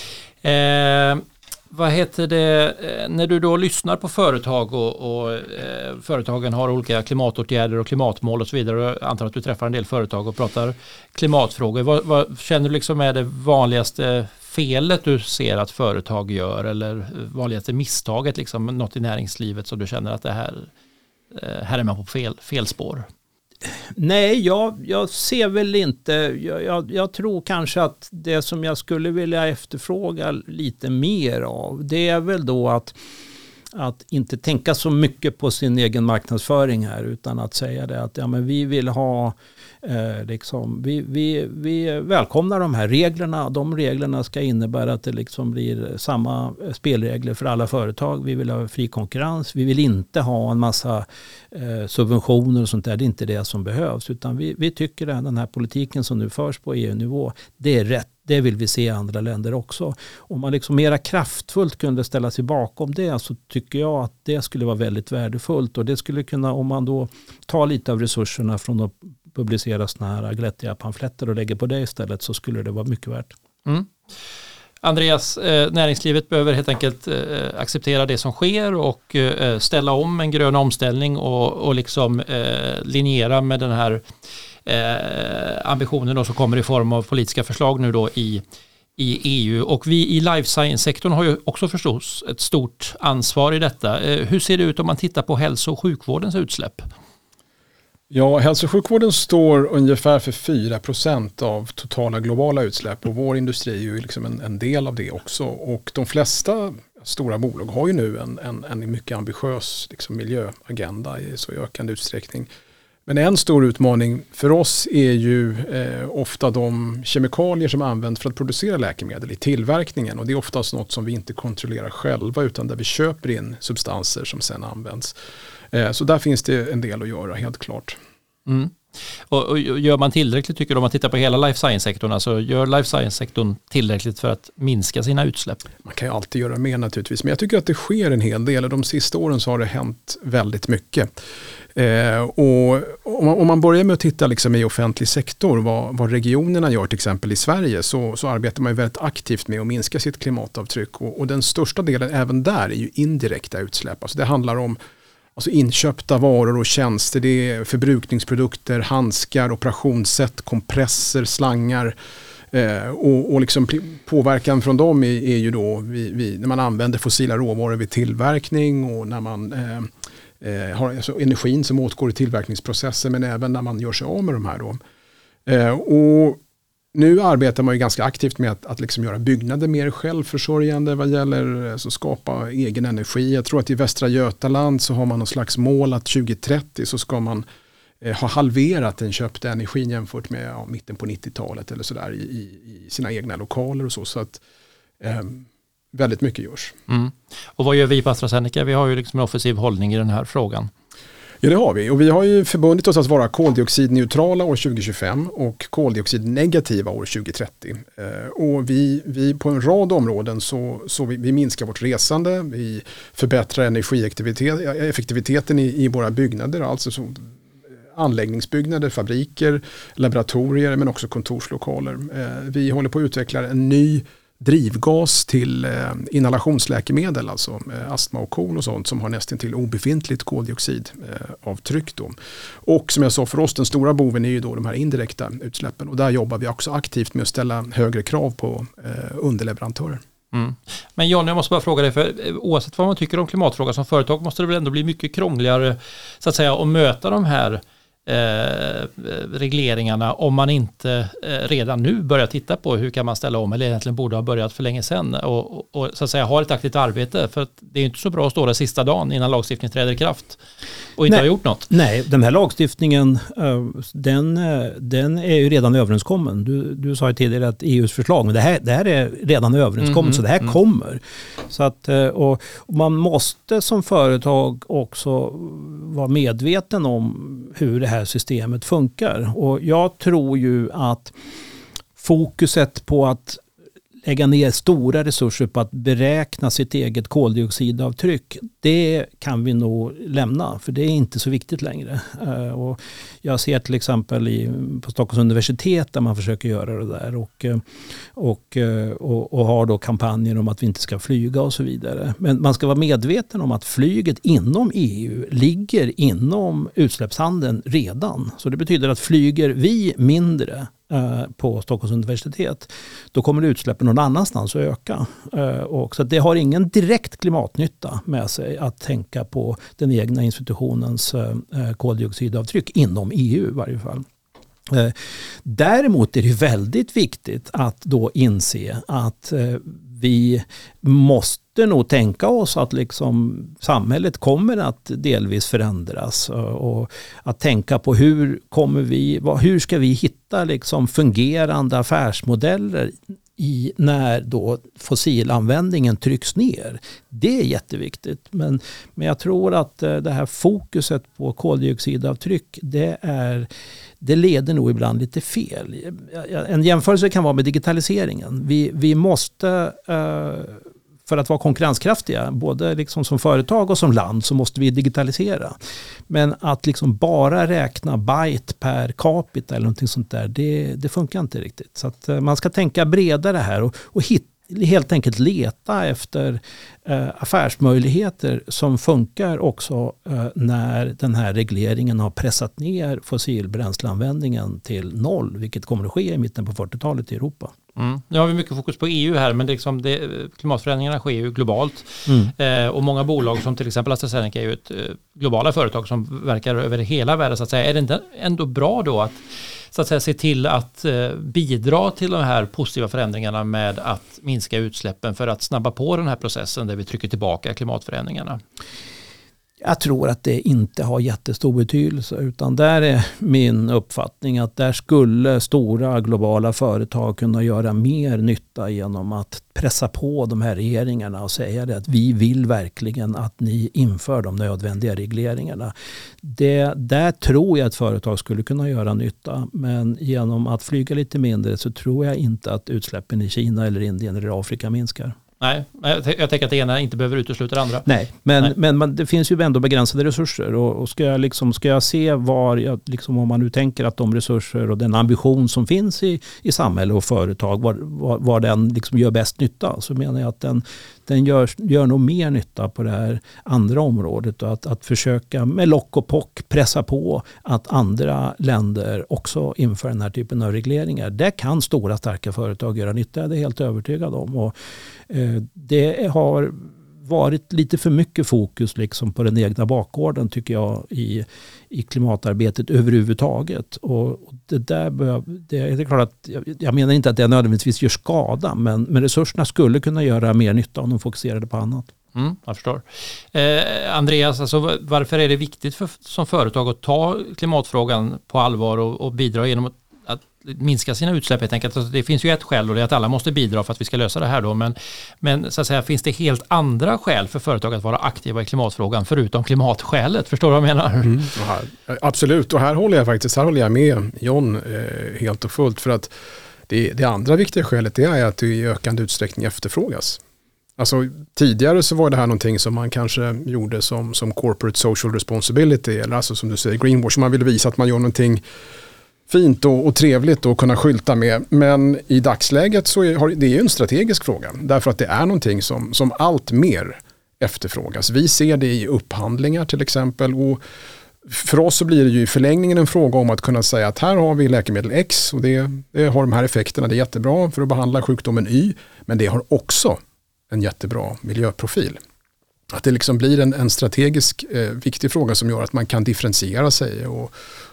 Vad heter det, när du då lyssnar på företag och företagen har olika klimatåtgärder och klimatmål och så vidare, och jag antar att du träffar en del företag och pratar klimatfrågor, vad känner du liksom är det vanligaste felet du ser att företag gör, eller vanligaste misstaget, liksom något i näringslivet som du känner att det här är man på fel spår? Nej, jag ser väl inte, jag tror kanske att det som jag skulle vilja efterfråga lite mer av, det är väl då att inte tänka så mycket på sin egen marknadsföring här, utan att säga det att ja, men vi vill ha liksom, vi välkomnar de här reglerna. De reglerna ska innebära att det liksom blir samma spelregler för alla företag. Vi vill ha fri konkurrens. Vi vill inte ha en massa subventioner och sånt där. Det är inte det som behövs, utan vi tycker att den här politiken som nu förs på EU-nivå, det är rätt. Det vill vi se i andra länder också. Om man liksom mera kraftfullt kunde ställa sig bakom det, så tycker jag att det skulle vara väldigt värdefullt. Och det skulle kunna, om man då tar lite av resurserna från att publicera såna här glättiga pamfletter och lägger på det istället, så skulle det vara mycket värt. Mm. Andreas, näringslivet behöver helt enkelt acceptera det som sker och ställa om en grön omställning och liksom linjera med den här ambitionen då som kommer i form av politiska förslag nu då i EU. Och vi i life science-sektorn har ju också förstås ett stort ansvar i detta. Hur ser det ut om man tittar på hälso- och sjukvårdens utsläpp? Ja, hälso- och sjukvården står ungefär för 4% av totala globala utsläpp, och vår industri är ju liksom en del av det också. Och de flesta stora bolag har ju nu en mycket ambitiös liksom miljöagenda i så ökande utsträckning. Men en stor utmaning för oss är ju ofta de kemikalier som används för att producera läkemedel i tillverkningen. Och det är oftast något som vi inte kontrollerar själva, utan där vi köper in substanser som sedan används. Så där finns det en del att göra, helt klart. Mm. Och gör man tillräckligt, tycker du, om man tittar på hela life science-sektorn, alltså gör life science-sektorn tillräckligt för att minska sina utsläpp? Man kan ju alltid göra mer naturligtvis, men jag tycker att det sker en hel del. De sista åren så har det hänt väldigt mycket. Och om man börjar med att titta liksom i offentlig sektor, vad regionerna gör till exempel i Sverige, så arbetar man ju väldigt aktivt med att minska sitt klimatavtryck. Och den största delen även där är ju indirekta utsläpp. Alltså det handlar om inköpta varor och tjänster, det är förbrukningsprodukter, handskar, operationssätt, kompresser, slangar. Och liksom påverkan från dem är ju då när man använder fossila råvaror vid tillverkning och när man har alltså energin som åtgår i tillverkningsprocessen, men även när man gör sig av med de här då. Och nu arbetar man ju ganska aktivt med att liksom göra byggnader mer självförsörjande vad gäller att skapa egen energi. Jag tror att i Västra Götaland så har man någon slags mål att 2030 så ska man ha halverat den köpta energin jämfört med mitten på 90-talet eller sådär i sina egna lokaler och så. Så att väldigt mycket görs. Mm. Och vad gör vi på AstraZeneca? Vi har ju liksom en offensiv hållning i den här frågan. Ja, det har vi. Och vi har ju förbundit oss att vara koldioxidneutrala år 2025 och koldioxidnegativa år 2030. Och vi på en rad områden så vi minskar vårt resande, vi förbättrar energieffektiviteten i våra byggnader, alltså så anläggningsbyggnader, fabriker, laboratorier men också kontorslokaler. Vi håller på att utveckla en ny drivgas till inhalationsläkemedel, alltså astma och KOL och sånt som har nästan till obefintligt koldioxidavtryck då. Och som jag sa, för oss den stora boven är ju då de här indirekta utsläppen och där jobbar vi också aktivt med att ställa högre krav på underleverantörer. Mm. Men John, jag måste bara fråga dig, för oavsett vad man tycker om klimatfrågan som företag måste det väl ändå bli mycket krångligare så att säga att möta de här regleringarna om man inte redan nu börjar titta på hur kan man ställa om, eller egentligen borde ha börjat för länge sedan och så att säga har ett aktivt arbete, för att det är inte så bra att stå där sista dagen innan lagstiftningen träder i kraft och inte ha gjort något. Nej, den här lagstiftningen den är ju redan överenskommen. Du sa ju tidigare att EUs förslag, men det här är redan överenskommet så det här kommer. Så att, och man måste som företag också vara medveten om hur det här systemet funkar. Och jag tror ju att fokuset på att lägga ner stora resurser på att beräkna sitt eget koldioxidavtryck, det kan vi nog lämna, för det är inte så viktigt längre. Och jag ser till exempel på Stockholms universitet där man försöker göra det där och har då kampanjer om att vi inte ska flyga och så vidare. Men man ska vara medveten om att flyget inom EU ligger inom utsläppshandeln redan. Så det betyder att flyger vi mindre på Stockholms universitet, då kommer utsläppen någon annanstans att öka. Och så det har ingen direkt klimatnytta med sig att tänka på den egna institutionens koldioxidavtryck inom EU i varje fall. Däremot är det väldigt viktigt att då inse att vi måste nog tänka oss att liksom samhället kommer att delvis förändras och att tänka på hur ska vi hitta liksom fungerande affärsmodeller när då fossilanvändningen trycks ner. Det är jätteviktigt, men jag tror att det här fokuset på koldioxidavtryck det leder nog ibland lite fel. En jämförelse kan vara med digitaliseringen. Vi måste för att vara konkurrenskraftiga, både liksom som företag och som land, så måste vi digitalisera. Men att liksom bara räkna byte per capita eller någonting sånt där, det funkar inte riktigt. Så att man ska tänka bredare här och helt enkelt leta efter affärsmöjligheter som funkar också när den här regleringen har pressat ner fossilbränsleanvändningen till 0, vilket kommer att ske i mitten på 40-talet i Europa. Nu har vi mycket fokus på EU här, men klimatförändringarna sker ju globalt. Och många bolag som till exempel AstraZeneca är ju ett globala företag som verkar över hela världen. Så att säga. Är det inte ändå bra då att så att säga, se till att bidra till de här positiva förändringarna med att minska utsläppen för att snabba på den här processen där vi trycker tillbaka klimatförändringarna? Jag tror att det inte har jättestor betydelse, utan där är min uppfattning att där skulle stora globala företag kunna göra mer nytta genom att pressa på de här regeringarna och säga det att vi vill verkligen att ni inför de nödvändiga regleringarna. Där tror jag att företag skulle kunna göra nytta, men genom att flyga lite mindre så tror jag inte att utsläppen i Kina eller Indien eller Afrika minskar. Nej, jag tänker att det ena inte behöver utesluta det andra. Nej, men det finns ju ändå begränsade resurser och ska jag se var, om man nu tänker att de resurser och den ambition som finns i samhälle och företag, var den liksom gör bäst nytta, så menar jag att den gör nog mer nytta på det här andra området, och att försöka med lock och pock pressa på att andra länder också inför den här typen av regleringar. Det kan stora starka företag göra nytta, det är helt övertygad om. Och det har varit lite för mycket fokus liksom på den egna bakgården, tycker jag, i klimatarbetet överhuvudtaget. Och det är klart att jag menar inte att det nödvändigtvis gör skada, men resurserna skulle kunna göra mer nytta om de fokuserade på annat. Jag förstår. Andreas, alltså, varför är det viktigt som företag att ta klimatfrågan på allvar och bidra genom att minska sina utsläpp helt enkelt? Alltså, det finns ju ett skäl, och det är att alla måste bidra för att vi ska lösa det här då. Men så att säga, finns det helt andra skäl för företag att vara aktiva i klimatfrågan förutom klimatskälet? Förstår du vad jag menar? Absolut, och här håller jag med John helt och fullt, för att det andra viktiga skälet är att det i ökande utsträckning efterfrågas. Alltså, tidigare så var det här någonting som man kanske gjorde som corporate social responsibility, eller alltså som du säger greenwash. Man ville visa att man gör någonting fint och trevligt att kunna skylta med. Men i dagsläget så är det en strategisk fråga. Därför att det är någonting som allt mer efterfrågas. Vi ser det i upphandlingar till exempel. Och för oss så blir det ju i förlängningen en fråga om att kunna säga att här har vi läkemedel X och det har de här effekterna. Det är jättebra för att behandla sjukdomen Y. Men det har också en jättebra miljöprofil. Att det liksom blir en strategisk viktig fråga som gör att man kan differentiera sig och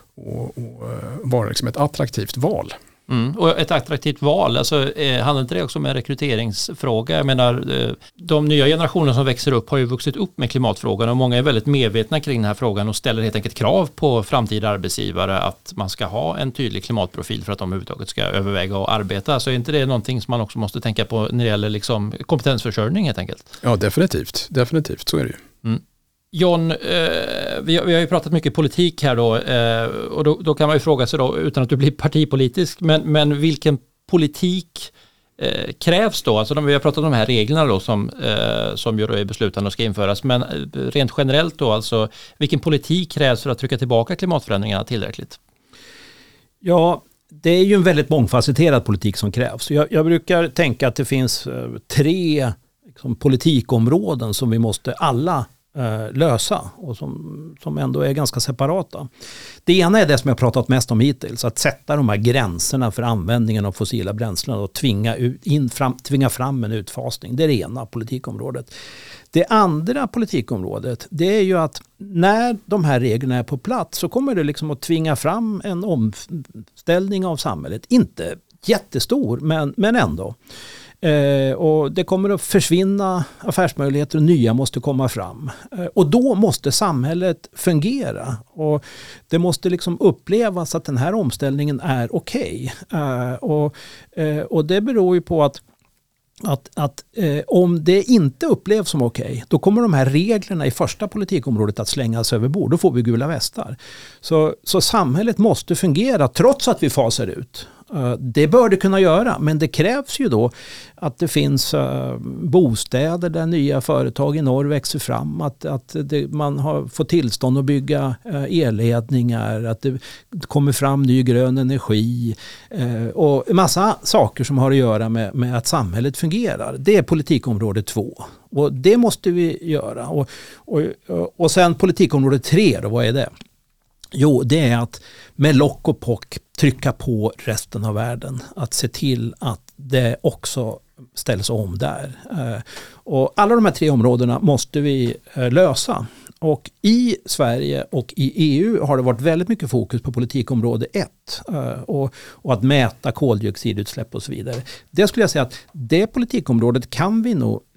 vara liksom ett attraktivt val. Och ett attraktivt val, alltså, handlar inte det också om en rekryteringsfråga? Jag menar, de nya generationer som växer upp har ju vuxit upp med klimatfrågan, och många är väldigt medvetna kring den här frågan och ställer helt enkelt krav på framtida arbetsgivare att man ska ha en tydlig klimatprofil för att de överhuvudtaget ska överväga och arbeta. Så är inte det någonting som man också måste tänka på när det gäller liksom kompetensförsörjning helt enkelt? Ja, definitivt, så är det ju. John, vi har ju pratat mycket politik här då, och då kan man ju fråga sig då, utan att du blir partipolitisk, men vilken politik krävs då? Alltså vi har pratat om de här reglerna då som ju då är beslutande och ska införas, men rent generellt då, alltså vilken politik krävs för att trycka tillbaka klimatförändringarna tillräckligt? Ja, det är ju en väldigt mångfacetterad politik som krävs. Jag brukar tänka att det finns 3 liksom, politikområden som vi måste alla lösa och som ändå är ganska separata. Det ena är det som jag pratat mest om hittills, att sätta de här gränserna för användningen av fossila bränslen och tvinga fram en utfasning. Det är det ena politikområdet. Det andra politikområdet, det är ju att när de här reglerna är på plats så kommer det liksom att tvinga fram en omställning av samhället. Inte jättestor, men ändå. Och det kommer att försvinna affärsmöjligheter och nya måste komma fram. Och då måste samhället fungera. Och det måste liksom upplevas att den här omställningen är okej. Och det beror ju på att om det inte upplevs som okej, då kommer de här reglerna i första politikområdet att slängas över bord. Då får vi gula västar. Så samhället måste fungera trots att vi fasar ut. Det bör det kunna göra, men det krävs ju då att det finns bostäder där nya företag i norr växer fram, att man har fått tillstånd att bygga elledningar, att det kommer fram ny grön energi och en massa saker som har att göra med att samhället fungerar. Det är politikområde 2 och det måste vi göra. Och sen politikområde 3 då, vad är det? Jo, det är att med lock och pock trycka på resten av världen. Att se till att det också ställs om där. Och alla de här 3 områdena måste vi lösa. Och i Sverige och i EU har det varit väldigt mycket fokus på politikområde 1 och att mäta koldioxidutsläpp och så vidare. Det skulle jag säga att det politikområdet kan vi nog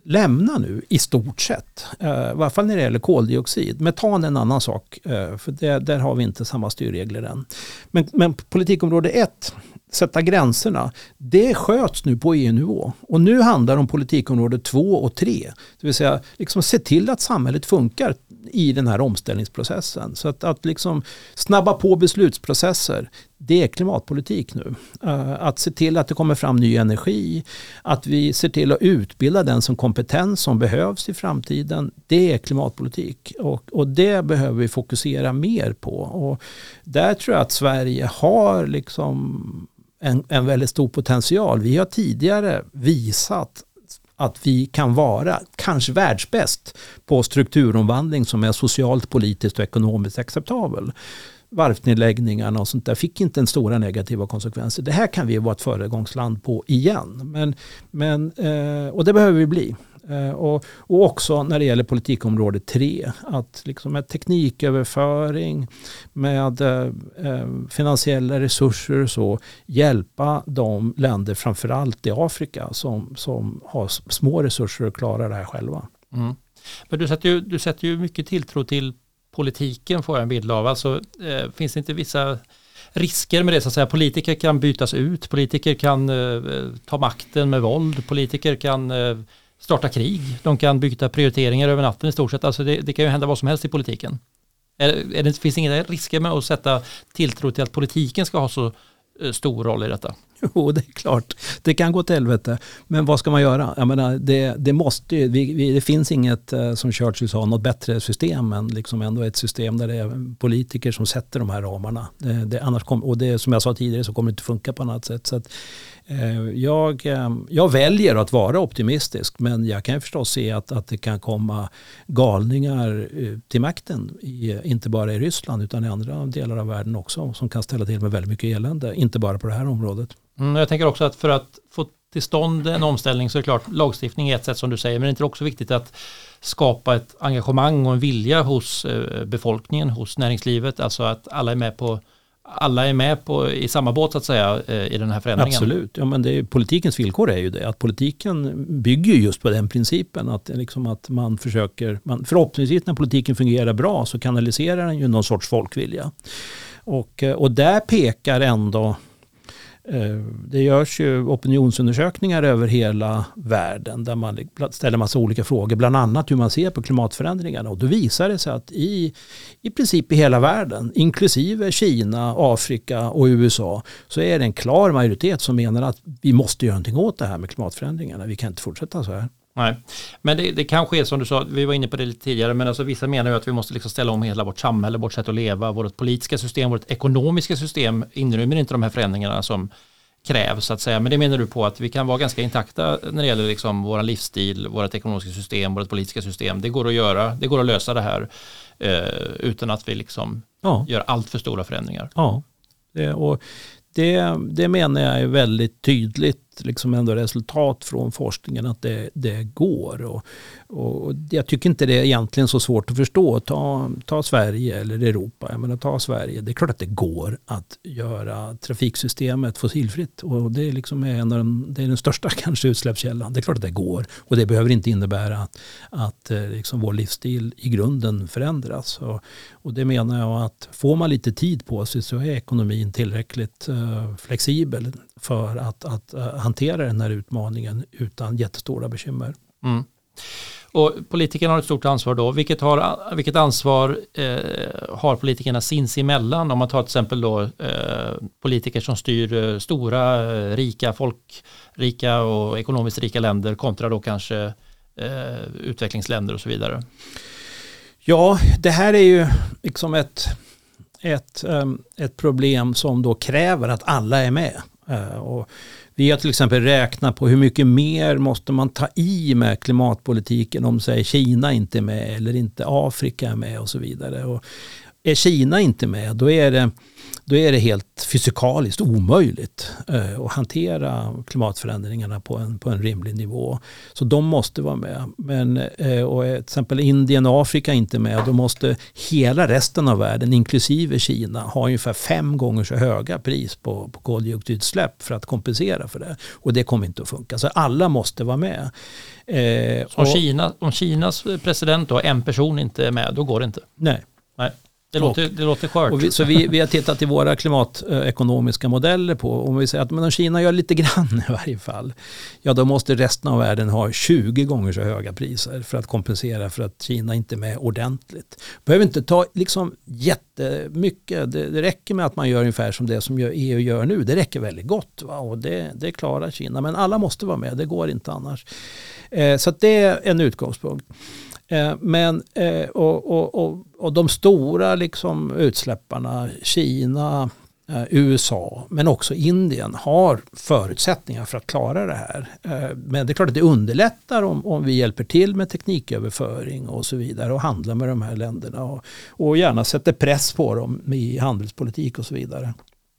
lämna nu i stort sett. I varje fall när det gäller koldioxid. Metan är en annan sak, för där har vi inte samma styrregler än. Men politikområde 1, sätta gränserna, det sköts nu på EU-nivå. Och nu handlar det om politikområde 2 och 3. Det vill säga liksom se till att samhället funkar i den här omställningsprocessen. Så att liksom snabba på beslutsprocesser, det är klimatpolitik nu. Att se till att det kommer fram ny energi, att vi ser till att utbilda den som kompetens som behövs i framtiden, det är klimatpolitik. Och det behöver vi fokusera mer på. Och där tror jag att Sverige har liksom en väldigt stor potential. Vi har tidigare visat att vi kan vara kanske världsbäst på strukturomvandling som är socialt, politiskt och ekonomiskt acceptabel. Varvsnedläggningarna och sånt där fick inte en stora negativa konsekvenser. Det här kan vi vara ett föregångsland på igen. Och det behöver vi bli. Och också när det gäller politikområde 3, att liksom med tekniköverföring, med finansiella resurser så hjälpa de länder, framförallt i Afrika, som har små resurser att klara det här själva. Mm. Men du sätter ju mycket tilltro till politiken, får jag en bild av. Alltså, finns det inte vissa risker med det, så att säga? Politiker kan bytas ut, politiker kan ta makten med våld, politiker kan starta krig, de kan byta prioriteringar över natten i stort sett. Alltså det kan ju hända vad som helst i politiken. Finns det inga risker med att sätta tilltro till att politiken ska ha så stor roll i detta? Jo, det är klart. Det kan gå till helvete. Men vad ska man göra? Jag menar, det finns inget, som Churchill sa, något bättre system än liksom ändå ett system där det är politiker som sätter de här ramarna. Och det, som jag sa tidigare, så kommer det inte funka på annat sätt. Så att, jag väljer att vara optimistisk, men jag kan förstås se att det kan komma galningar till makten, inte bara i Ryssland utan i andra delar av världen också, som kan ställa till med väldigt mycket elände, inte bara på det här området. Jag tänker också att för att få till stånd en omställning så är det klart, lagstiftning är ett sätt som du säger, men det är inte också viktigt att skapa ett engagemang och en vilja hos befolkningen, hos näringslivet, alltså att alla är med på i samma båt, så att säga, i den här förändringen. Absolut, ja, men politikens villkor är ju det, att politiken bygger just på den principen att man försöker, förhoppningsvis när politiken fungerar bra så kanaliserar den ju någon sorts folkvilja. Och där pekar ändå, det görs ju opinionsundersökningar över hela världen där man ställer massa olika frågor, bland annat hur man ser på klimatförändringarna, och då visar det sig att i princip i hela världen, inklusive Kina, Afrika och USA, så är det en klar majoritet som menar att vi måste göra någonting åt det här med klimatförändringarna. Vi kan inte fortsätta så här. Nej, men det kanske är som du sa, vi var inne på det lite tidigare, men alltså vissa menar ju att vi måste liksom ställa om hela vårt samhälle, vårt sätt att leva, vårt politiska system, vårt ekonomiska system inrymmer inte de här förändringarna som krävs, så att säga. Men det menar du på att vi kan vara ganska intakta när det gäller liksom vår livsstil, vårt ekonomiska system, vårt politiska system. Det går att göra, det går att lösa det här utan att vi liksom gör allt för stora förändringar. Ja, det menar jag är väldigt tydligt liksom ändå resultat från forskningen, att det går. Och jag tycker inte det är egentligen så svårt att förstå. Ta Sverige eller Europa. Jag menar, ta Sverige. Det är klart att det går att göra trafiksystemet fossilfritt. Och det är liksom det är den största kanske utsläppskällan. Det är klart att det går. Och det behöver inte innebära att liksom vår livsstil i grunden förändras. Och det menar jag att får man lite tid på sig så är ekonomin tillräckligt flexibel för att hantera den här utmaningen utan jättestora bekymmer. Mm. Och politikerna har ett stort ansvar då. Vilket ansvar har politikerna sinsemellan? Om man tar till exempel då politiker som styr stora, folkrika och ekonomiskt rika länder kontra då kanske utvecklingsländer och så vidare. Ja, det här är ju liksom ett problem som då kräver att alla är med. Och vi har till exempel räknat på hur mycket mer måste man ta i med klimatpolitiken om säg Kina inte är med eller inte Afrika är med och så vidare. är Kina inte med, då är det helt fysikaliskt omöjligt att hantera klimatförändringarna på en rimlig nivå. Så de måste vara med. Men och till exempel Indien och Afrika är inte med. Då måste hela resten av världen, inklusive Kina, ha ungefär 5 gånger så höga pris på koldioxidutsläpp för att kompensera för det. Och det kommer inte att funka. Så alla måste vara med. Om Kinas president och en person inte är med, då går det inte? Nej. Det låter skört. Så vi har tittat i våra klimatekonomiska modeller på, om vi säger att om Kina gör lite grann i varje fall, ja då måste resten av världen ha 20 gånger så höga priser för att kompensera för att Kina inte är med ordentligt. Behöver inte ta liksom jättemycket, det räcker med att man gör ungefär som det som EU gör nu, det räcker väldigt gott, va? Och det klarar Kina, men alla måste vara med, det går inte annars. Så att det är en utgångspunkt. Men och de stora liksom utsläpparna, Kina, USA, men också Indien har förutsättningar för att klara det här. Men det är klart att det underlättar om vi hjälper till med tekniköverföring och så vidare och handlar med de här länderna och gärna sätter press på dem i handelspolitik och så vidare.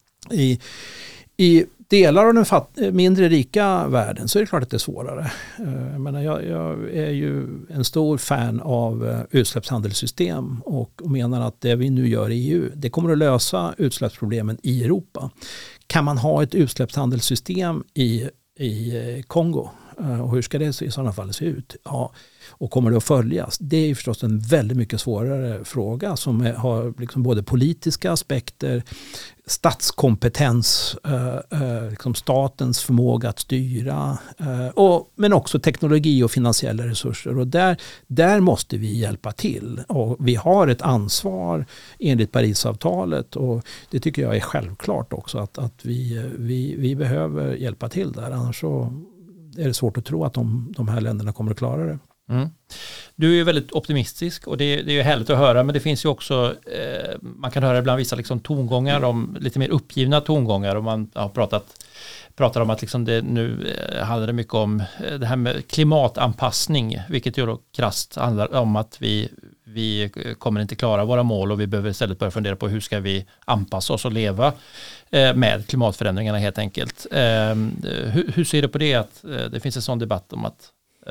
I delar av den mindre rika världen så är det klart att det är svårare. Jag är ju en stor fan av utsläppshandelssystem och menar att det vi nu gör i EU, det kommer att lösa utsläppsproblemen i Europa. Kan man ha ett utsläppshandelssystem i Kongo? Och hur ska det i sådana fall se ut? Ja, och kommer det att följas? Det är ju förstås en väldigt mycket svårare fråga som har liksom både politiska aspekter, statskompetens, liksom statens förmåga att styra, men också teknologi och finansiella resurser. Och där måste vi hjälpa till. Och vi har ett ansvar enligt Parisavtalet och det tycker jag är självklart också att vi behöver hjälpa till där. Annars så är det svårt att tro att de här länderna kommer att klara det. Mm. Du är ju väldigt optimistisk och det är ju härligt att höra, men det finns ju också, man kan höra ibland vissa liksom tongångar om lite mer uppgivna tongångar och man har pratar om att liksom det nu handlar det mycket om det här med klimatanpassning, vilket ju då krasst handlar om att vi kommer inte klara våra mål och vi behöver istället börja fundera på hur ska vi anpassa oss och leva med klimatförändringarna helt enkelt. Hur ser du på det att det finns en sån debatt om att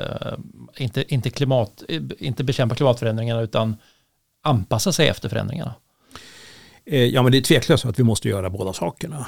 inte bekämpa klimatförändringarna utan anpassa sig efter förändringarna? Ja, men det är tveklöst att vi måste göra båda sakerna.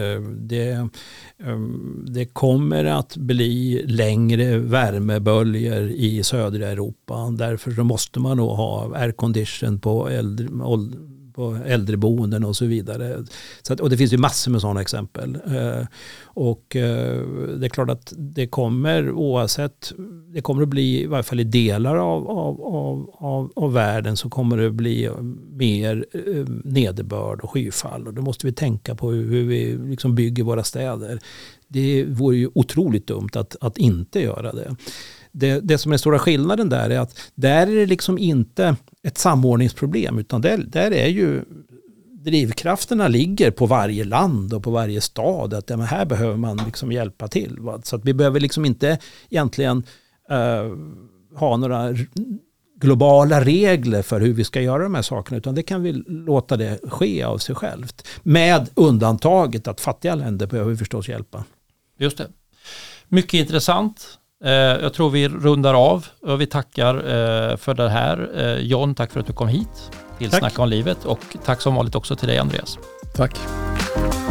Det kommer att bli längre värmeböljor i södra Europa. Därför så måste man nog ha aircondition på äldreboenden och så vidare. Och det finns ju massor med sådana exempel. Och det är klart att det kommer att bli, i varje fall i delar av världen så kommer det bli mer nederbörd och skyfall. Och då måste vi tänka på hur vi liksom bygger våra städer. Det vore ju otroligt dumt att inte göra det. Det som är stora skillnaden där är att där är det liksom inte ett samordningsproblem utan där är ju drivkrafterna ligger på varje land och på varje stad att men här behöver man liksom hjälpa till. Va? Så att vi behöver liksom inte egentligen ha några globala regler för hur vi ska göra de här sakerna utan det kan vi låta det ske av sig självt. Med undantaget att fattiga länder behöver vi förstås hjälpa. Just det. Mycket intressant. Jag tror vi rundar av och vi tackar för det här. John, tack för att du kom hit till Snacka om livet och tack som vanligt också till dig Andreas. Tack.